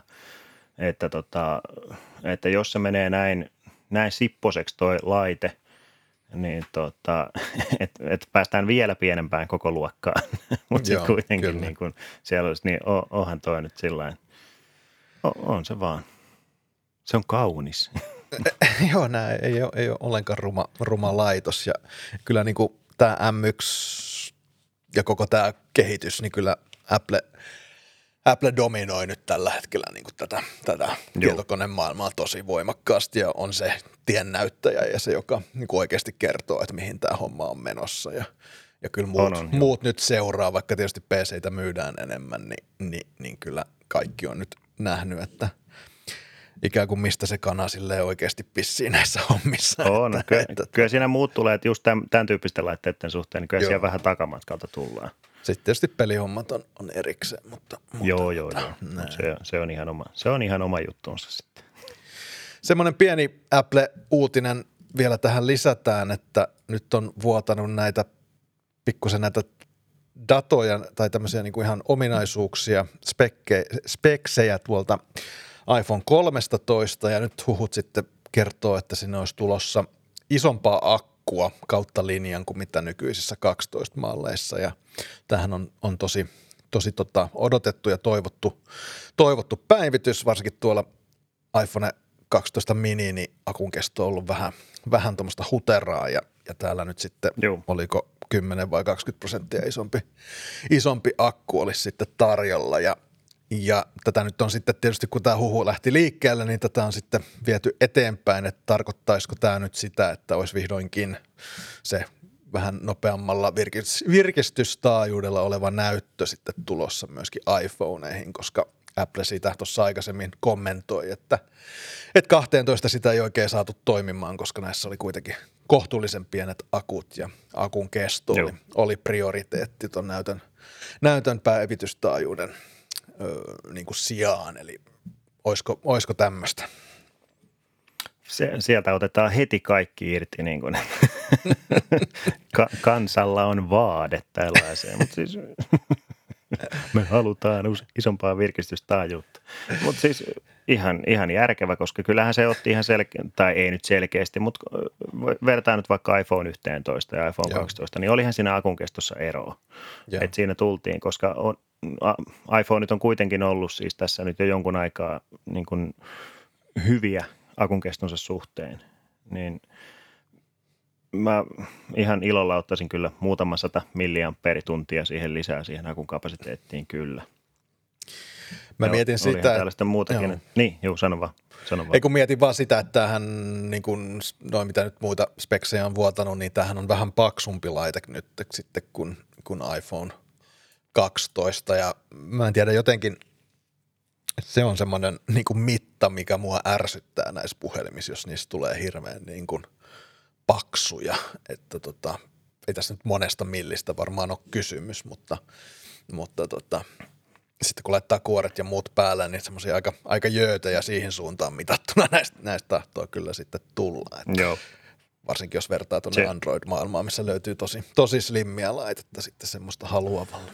Että jos se menee näin sipposeksi toi laite, niin että päästään vielä pienempään koko luokkaan, mutta sitten kuitenkin niin kun siellä olisi, niin onhan toi nyt sillain, on se vaan, se on kaunis. Joo, nämä ei ole ollenkaan ruma laitos ja kyllä niin kuin tämä M1 ja koko tämä kehitys, niin kyllä Apple dominoi nyt tällä hetkellä niin kuin tätä tietokonemaailmaa tosi voimakkaasti ja on se tiennäyttäjä ja se, joka niin kuin oikeasti kertoo, että mihin tämä homma on menossa ja kyllä muut nyt seuraa, vaikka tietysti PC:itä myydään enemmän, niin kyllä kaikki on nyt nähnyt, että ikään kuin mistä se kana silleen oikeasti pissii näissä hommissa. On, kyllä siinä muut tulee, että just tämän tyyppisten laitteiden suhteen, niin kyllä siellä vähän takamatkalta tullaan. Sitten tietysti pelihommat on erikseen, mutta joo. Se on ihan oma juttuunsa sitten. Semmoinen pieni Apple-uutinen vielä tähän lisätään, että nyt on vuotanut pikkusen näitä datoja tai tämmöisiä niin kuin ihan ominaisuuksia, speksejä tuolta iPhone 13 ja nyt huhut sitten kertoo, että sinne olisi tulossa isompaa akkua kautta linjan kuin mitä nykyisissä 12-malleissa ja tämähän on tosi odotettu ja toivottu päivitys, varsinkin tuolla iPhone 12 mini, niin akun kesto on ollut vähän tuommoista huteraa ja täällä nyt sitten oliko 10 vai 20% isompi akku olisi sitten tarjolla ja tätä nyt on sitten tietysti, kun tämä huhu lähti liikkeelle, niin tätä on sitten viety eteenpäin, että tarkoittaisiko tämä nyt sitä, että olisi vihdoinkin se vähän nopeammalla virkistystaajuudella oleva näyttö sitten tulossa myöskin iPhoneihin, koska Apple siitä tuossa aikaisemmin kommentoi, että 12 sitä ei oikein saatu toimimaan, koska näissä oli kuitenkin kohtuullisen pienet akut ja akun kesto oli prioriteetti tuon näytön päivitystaajuuden niin kuin sijaan, eli olisiko tämmöistä? Sieltä otetaan heti kaikki irti, niin kuin kansalla on vaade tällaiseen, mutta siis me halutaan isompaa virkistystaajuutta. Mutta siis ihan järkevä, koska kyllähän se otti ihan tai ei nyt selkeästi, mutta vertaa nyt vaikka iPhone 11 ja iPhone 12, niin olihan siinä akun kestossa eroa. Että siinä tultiin, koska iPhone on kuitenkin ollut siis tässä nyt jo jonkun aikaa niin kuin hyviä akun kestonsa suhteen, niin mä ihan ilolla ottaisin kyllä muutama 100 milliampeerituntia siihen lisää siihen akun kapasiteettiin kyllä. Mä mietin sitä, tällaista muutakin. Niin, sano vaan. Ei kun mietin vaan sitä, että tämähän, niin kuin noin mitä nyt muita speksejä on vuotanut, niin tämähän on vähän paksumpi laite nyt sitten kuin iPhone 12 ja mä en tiedä jotenkin, se on semmoinen niin kuin mitta, mikä mua ärsyttää näissä puhelimissa, jos niistä tulee hirveän niin kuin paksuja, että ei tässä nyt monesta millistä varmaan ole kysymys, mutta sitten kun laittaa kuoret ja muut päälle, niin semmoisia aika jöötejä siihen suuntaan mitattuna näistä tahtoo kyllä sitten tulla. Että varsinkin jos vertaa tuonne Android-maailmaan, missä löytyy tosi slimmiä laitetta sitten semmoista haluavalla.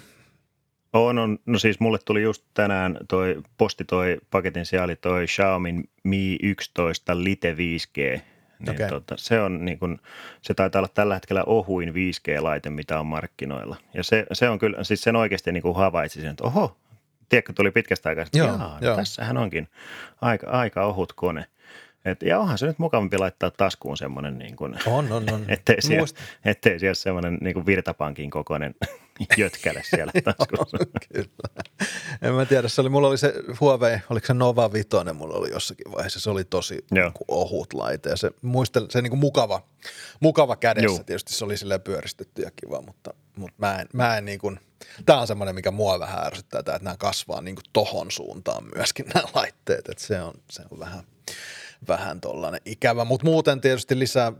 No siis mulle tuli just tänään toi paketin sijaali toi Xiaomi Mi 11 Lite 5G. Niin se on niin kuin, se taitaa olla tällä hetkellä ohuin 5G-laite, mitä on markkinoilla. Ja se on kyllä, siis sen oikeasti niin kuin havaitsin, että oho, tiedätkö, tuli pitkästä aikaa, että tässähän onkin aika ohut kone. Ja onhan se nyt mukavampi laittaa taskuun semmoinen, niin kuin, on. ettei siellä semmoinen niin kuin virtapankin kokoinen jötkäle siellä taskussa. Kyllä. En mä tiedä, mulla oli se Huawei, oliko se Nova 5, mulla oli jossakin vaiheessa, se oli tosi niin kuin ohut laite ja se niin kuin mukava kädessä, tietysti se oli silleen pyöristetty ja kiva, mutta mä en niin kuin, tää on semmoinen, mikä mua vähän ärsyttää, että nämä kasvaa niin kuin tohon suuntaan myöskin nämä laitteet, että se on vähän tollainen ikävä, mutta muuten tietysti lisää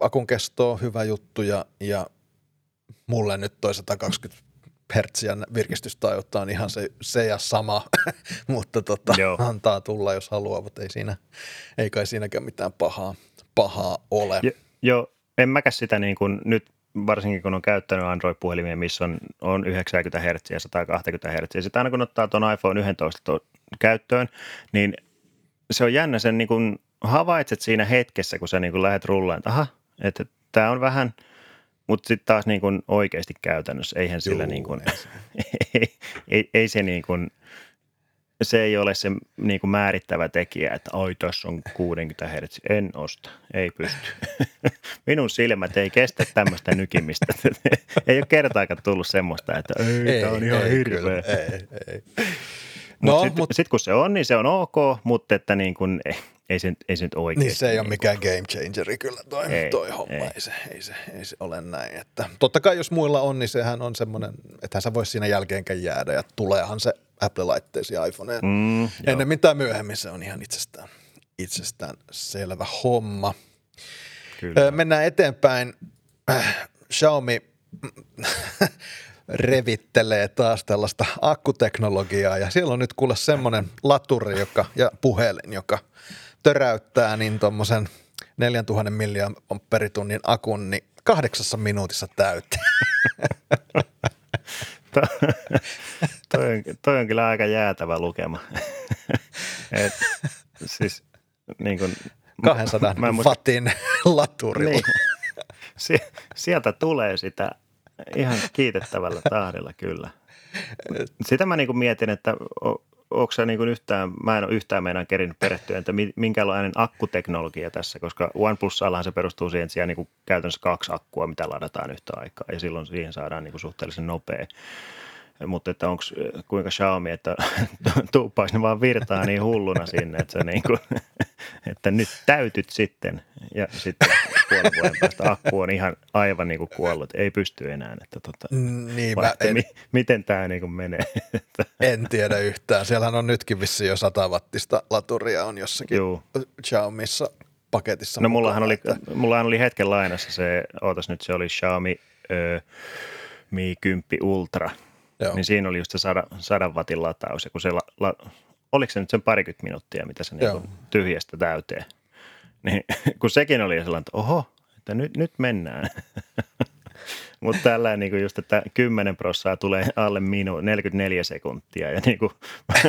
akun kesto on hyvä juttu ja mulle nyt toi 120 hertsiä virkistystaajuutta on ihan se ja sama, mutta antaa tulla, jos haluaa, mutta ei kai siinäkään mitään pahaa ole. Joo, en mäkäs sitä niin kuin nyt, varsinkin kun on käyttänyt Android-puhelimia, missä on 90 Hz ja 120 Hz. Ja sitten aina kun ottaa tuon iPhone 11 käyttöön, niin se on jännä, sen niin kuin havaitset siinä hetkessä, kun sä niin kuin lähdet rullaan, että aha, että tämä on vähän, mutta sitten taas niin kuin oikeasti käytännössä, eihän sillä niin kuin, ei se niin kuin, se ei ole se niin kuin määrittävä tekijä, että oi, tässä on 60 Hz, en osta, ei pysty. Minun silmät ei kestä tämmöistä nykimistä. Ei ole kertaakaan tullut semmoista, että tämä on ihan hirveä. Ei. Sitten kun se on, niin se on ok, mutta että niin kuin, ei se nyt oikeasti. Niin se ei ole mikään game changeri kyllä toi homma, ei se ole näin. Että, totta kai jos muilla on, niin sehän on semmoinen, että sä vois siinä jälkeenkään jäädä ja tuleehan se Apple-laitteisiin iPhoneen. Ennemmin tai myöhemmin se on ihan itsestään selvä homma. Kyllä. Mennään eteenpäin. Xiaomi revittelee taas tällaista akkuteknologiaa ja siellä on nyt kuule semmoinen laturi ja puhelin, joka töräyttää niin tuommoisen 4000 milliamperitunnin akun niin 8 minuutissa täyteen. Toi on kyllä aika jäätävä lukema. Siis niin kuin 200 wattin laturi. Niin. Sieltä tulee sitä ihan kiitettävällä tahdilla kyllä. Sitä mä niin kuin mietin, että onko se niin kuin mä en ole yhtään meinaan kerinyt perehtyä, että minkälainen akkuteknologia tässä, koska OnePlusallahan se perustuu siihen, että siellä niin kuin käytännössä 2 akkua, mitä ladataan yhtä aikaa, ja silloin siihen saadaan niin kuin suhteellisen nopea. Mutta että onko kuinka Xiaomi, että tuuppaisi ne vaan virtaa niin hulluna sinne, että, se niin kuin, että nyt täytyt sitten ja sitten puolen vuoden päästä akku on ihan aivan niin kuin kuollut, ei pysty enää. Että niin, miten tämä niin kuin menee? En tiedä yhtään. Siellähän on nytkin vissiin jo 100 wattista laturia on jossakin Xiaomissa paketissa. No mullahan oli hetken lainassa se oli Mi 10 Ultra. Joo. Niin siinä oli just se 100 watin lataus, ja kun se oliko se nyt sen 20 minuuttia, mitä se niin tyhjästä täyteen, niin kun sekin oli sellainen, että oho, että nyt mennään. Mutta tällä niin just, että 10% tulee alle 44 sekuntia, ja niin 0-50%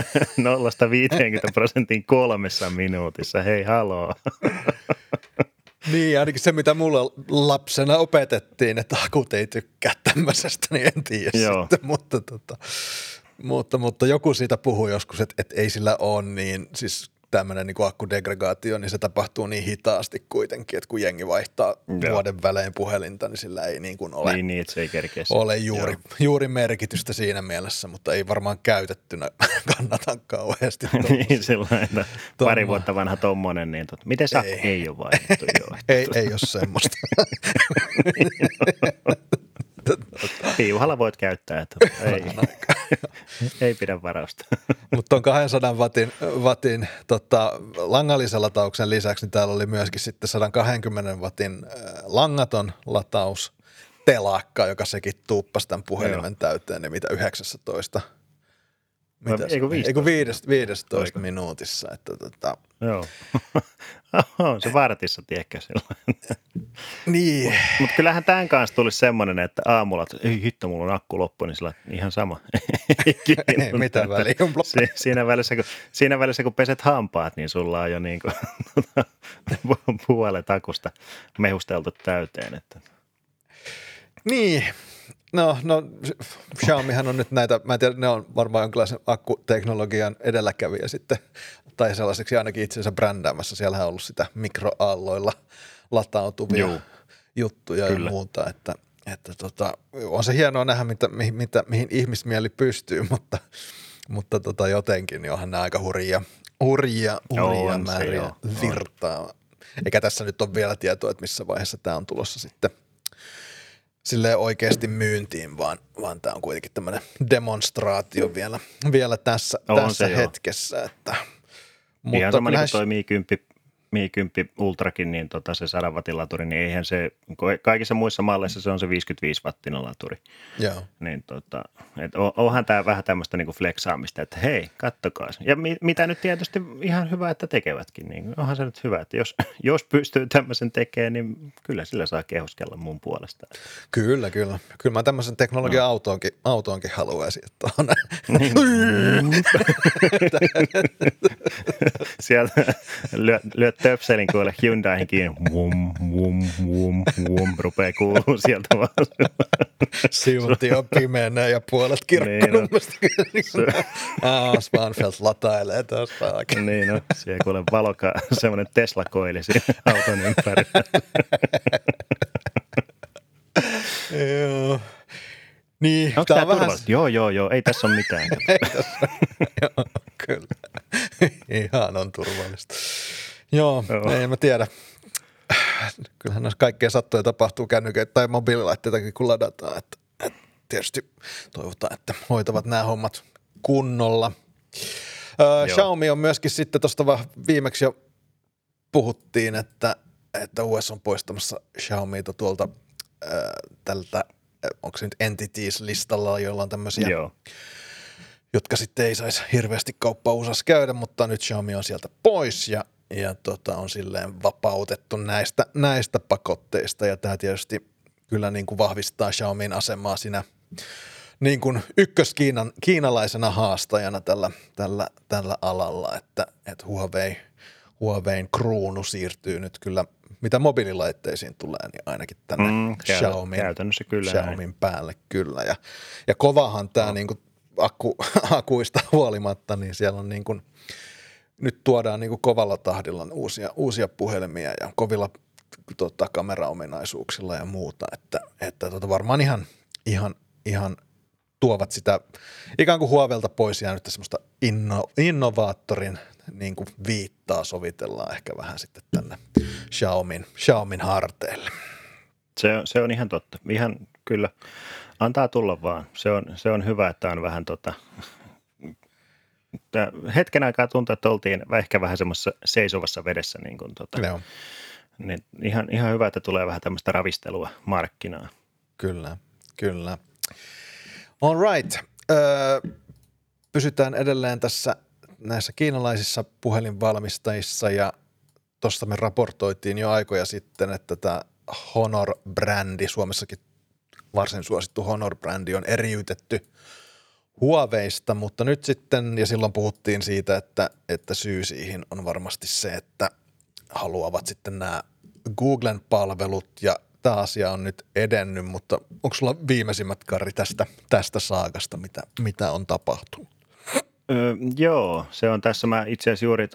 3 minuutissa, hei haloo. Niin, ainakin se, mitä mulle lapsena opetettiin, että akut ei tykkää tämmöisestä, niin en tiedä sitten, mutta joku siitä puhui joskus, että ei sillä ole niin, siis tämmöinen niin kuin akkudegregaatio, niin se tapahtuu niin hitaasti kuitenkin, että kun jengi vaihtaa vuoden välein puhelinta, niin sillä ei niin kuin ole, niin, että se ei ole juuri merkitystä siinä mielessä, mutta ei varmaan käytettynä kannata kauheasti. Niin sellainen, että pari vuotta vanha tommonen, niin miten sakko ei ole vaihdettu jo? ei ole semmoista. Piuhalla voit käyttää, että ei pidä varausta. Mutta on 200 watin langallisen latauksen lisäksi, niin täällä oli myöskin sitten 120 watin langaton lataus telakka, joka sekin tuuppasi tämän puhelimen täyteen, niin mitä 19. Eiku 15 minuutissa. Että Joo. Se vartissa, tiedätkö silloin. Niin. Mutta kyllähän tämän kanssa tulisi semmoinen, että aamulla, että ei hitto, mulla on akku loppu, niin sillä ihan sama. Ei mitään väliä. Siinä välissä, kun peset hampaat, niin sulla on jo niin kuin, puolet akusta mehusteltu täyteen. Että. Niin. No, Xiaomihan on nyt näitä, mä en tiedä, ne on varmaan jonkinlaisen akkuteknologian edelläkävijä sitten, tai sellaiseksi ainakin itsensä brändäämässä. Siellähän on ollut sitä mikroaalloilla latautuvia juttuja ja muuta, että on se hienoa nähdä, mihin ihmismieli pystyy, mutta jotenkin niin onhan nämä aika hurjia määriä virtaa. Eikä tässä nyt ole vielä tietoa, että missä vaiheessa tämä on tulossa sitten silleen oikeasti myyntiin, vaan tämä on kuitenkin tämmöinen demonstraatio vielä tässä hetkessä. Että, ihan sama niin kuin toi Mi 10 Ultrakin, niin se 100 wattin laturi, niin eihän se, kaikissa muissa malleissa se on se 55-wattinen laturi. Joo. Niin onhan tämä vähän tämmöistä niinku flexaamista, että hei, kattokaa. Ja mitä nyt tietysti ihan hyvä, että tekevätkin, niin onhan se nyt hyvä, että jos pystyy tämmöisen tekemään, niin kyllä sillä saa kehuskella mun puolesta. Kyllä. Kyllä mä tämmöisen teknologian autoonkin haluaisin, että on. Sieltä lyöt töpselin kuule Hyundaihin kiinni. Rupeaa kuuluu sieltä vaan. Siunti on pimeänä ja puolet kirkkonummasta. Svanfeldt latailee taas vaikka. Niin no, siellä kuule semmoinen Tesla-koili siinä auton ympärillä. Joo. Niin, onko tämä turvallista? Joo, ei tässä ole mitään. Joo, kyllä. Ihan on turvallista. Joo, ei mä tiedä. Kyllähän näissä kaikkea sattuu ja tapahtuu kännyköitä tai mobiililaitteitakin, kun ladataan. Että tietysti toivotaan, että hoitavat nämä hommat kunnolla. Xiaomi on myöskin sitten tuosta viimeksi jo puhuttiin, että US on poistamassa Xiaomita tuolta tältä, onko se nyt Entities-listalla, joilla on tämmöisiä, jotka sitten ei saisi hirveästi kauppaa USAssa käydä, mutta nyt Xiaomi on sieltä pois ja on silleen vapautettu näistä pakotteista ja tämä tietysti kyllä niin kuin vahvistaa Xiaomin asemaa siinä niin kuin ykköskiinalaisena haastajana tällä alalla, että Huawein kruunu siirtyy nyt kyllä, mitä mobiililaitteisiin tulee, niin ainakin tänne Xiaomin päälle kyllä. Ja kovahan tämä niin kuin akuista huolimatta, niin siellä on niin kuin, nyt tuodaan niin kuin kovalla tahdilla uusia puhelimia ja kovilla kameraominaisuuksilla ja muuta, että varmaan ihan tuovat sitä ikään kuin Huaweilta pois ja nyt semmoista innovaattorin niin kuin viittaa sovitellaan ehkä vähän sitten tänne Xiaomin harteille. Se on ihan totta. Ihan kyllä. Antaa tulla vaan. Se on hyvä, että on vähän hetken aikaa tuntuu, että oltiin ehkä vähän semmoisessa seisovassa vedessä. Niin kuin niin ihan hyvä, että tulee vähän tämmöistä ravistelua markkinaan. Kyllä. All right. Pysytään edelleen tässä näissä kiinalaisissa puhelinvalmistajissa ja tuossa me raportoitiin jo aikoja sitten, että tämä Honor-brändi, Suomessakin varsin suosittu Honor-brändi on eriytetty Huaweista, mutta nyt sitten, ja silloin puhuttiin siitä, että syy siihen on varmasti se, että haluavat sitten nämä Googlen palvelut ja tämä asia on nyt edennyt, mutta onko sulla viimeisimmät, Karri, tästä saagasta, mitä on tapahtunut? Joo, se on tässä. Mä itse asiassa juuri,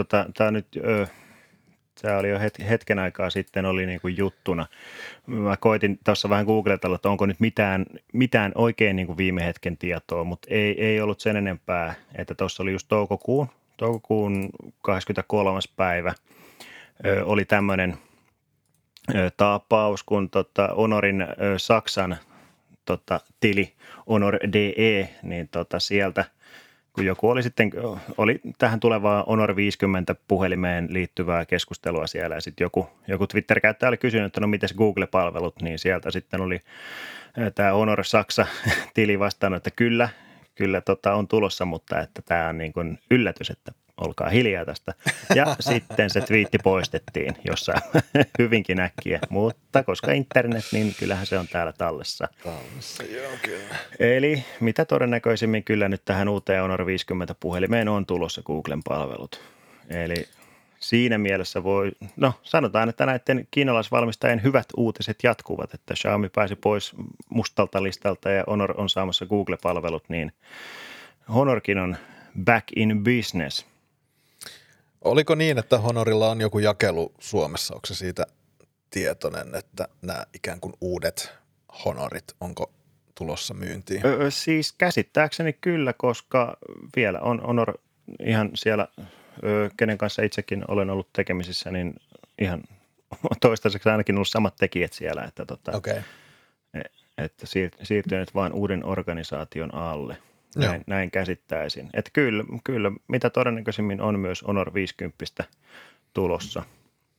tämä oli jo hetken aikaa sitten, oli niin kuin juttuna. Mä koitin tuossa vähän googletella, että onko nyt mitään oikein niin kuin viime hetken tietoa, mutta ei ollut sen enempää, että tuossa oli just toukokuun 23. päivä oli tämmöinen tapaus, kun Honorin Saksan tili Honor.de, niin sieltä kun joku oli tähän tulevaan Honor 50 puhelimeen liittyvää keskustelua siellä ja sitten joku Twitter-käyttäjä oli kysynyt, että no mites Google-palvelut, niin sieltä sitten oli tämä Honor Saksa tili vastannut, että kyllä on tulossa, mutta että tämä on niin kuin yllätys, että olkaa hiljaa tästä. Ja sitten se twiitti poistettiin jossain hyvinkin äkkiä, mutta koska internet, niin kyllähän se on täällä tallessa. Joo, kyllä. Eli mitä todennäköisimmin kyllä nyt tähän uuteen Honor 50 puhelimeen on tulossa Googlen palvelut. Eli siinä mielessä sanotaan, että näiden kiinalaisvalmistajien hyvät uutiset jatkuvat, että Xiaomi pääsi pois mustalta listalta ja Honor on saamassa Google-palvelut, niin Honorkin on back in business. Oliko niin, että Honorilla on joku jakelu Suomessa? Onko se siitä tietoinen, että nämä ikään kuin uudet Honorit, onko tulossa myyntiin? Siis käsittääkseni kyllä, koska vielä on Honor ihan siellä, kenen kanssa itsekin olen ollut tekemisissä, niin ihan toistaiseksi ainakin ollut samat tekijät siellä, että, okay. Että siirtyneet vain uuden organisaation alle. Näin käsittäisin. Että kyllä, mitä todennäköisimmin on myös Honor 50 tulossa.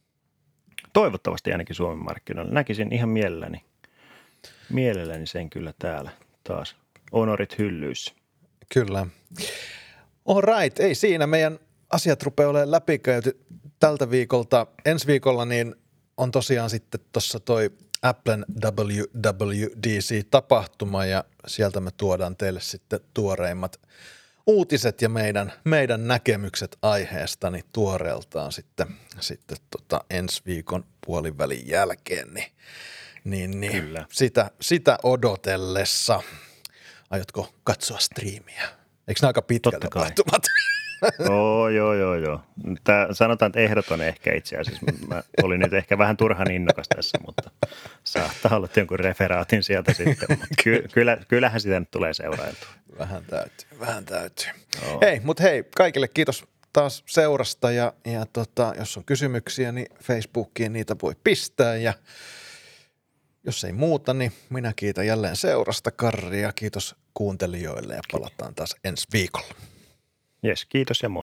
Toivottavasti ainakin Suomen markkinoilla. Näkisin ihan mielelläni sen kyllä täällä taas. Honorit hyllyissä. Kyllä. All right, ei siinä. Meidän asiat rupeaa olemaan läpikäyty tältä viikolta. Ensi viikolla niin on tosiaan sitten tuossa toi Applen WWDC-tapahtuma ja sieltä me tuodaan teille sitten tuoreimmat uutiset ja meidän näkemykset aiheesta niin tuoreeltaan sitten ensi viikon puolivälin jälkeen. Niin Kyllä. sitä odotellessa. Aiotko katsoa striimiä? Eikö nämä aika pitkät tapahtumat? Joo. Sanotaan, että ehdoton ehkä itse asiassa. Mä olin nyt ehkä vähän turhan innokas tässä, mutta saattaa olla jonkun referaatin sieltä sitten. Mutta kyllähän sitä nyt tulee seurailtua. Vähän täytyy. Mutta hei, kaikille kiitos taas seurasta ja jos on kysymyksiä, niin Facebookiin niitä voi pistää ja jos ei muuta, niin minä kiitän jälleen seurasta, Karri, ja kiitos kuuntelijoille ja palataan taas ensi viikolla. Jes, kiitos ja moi.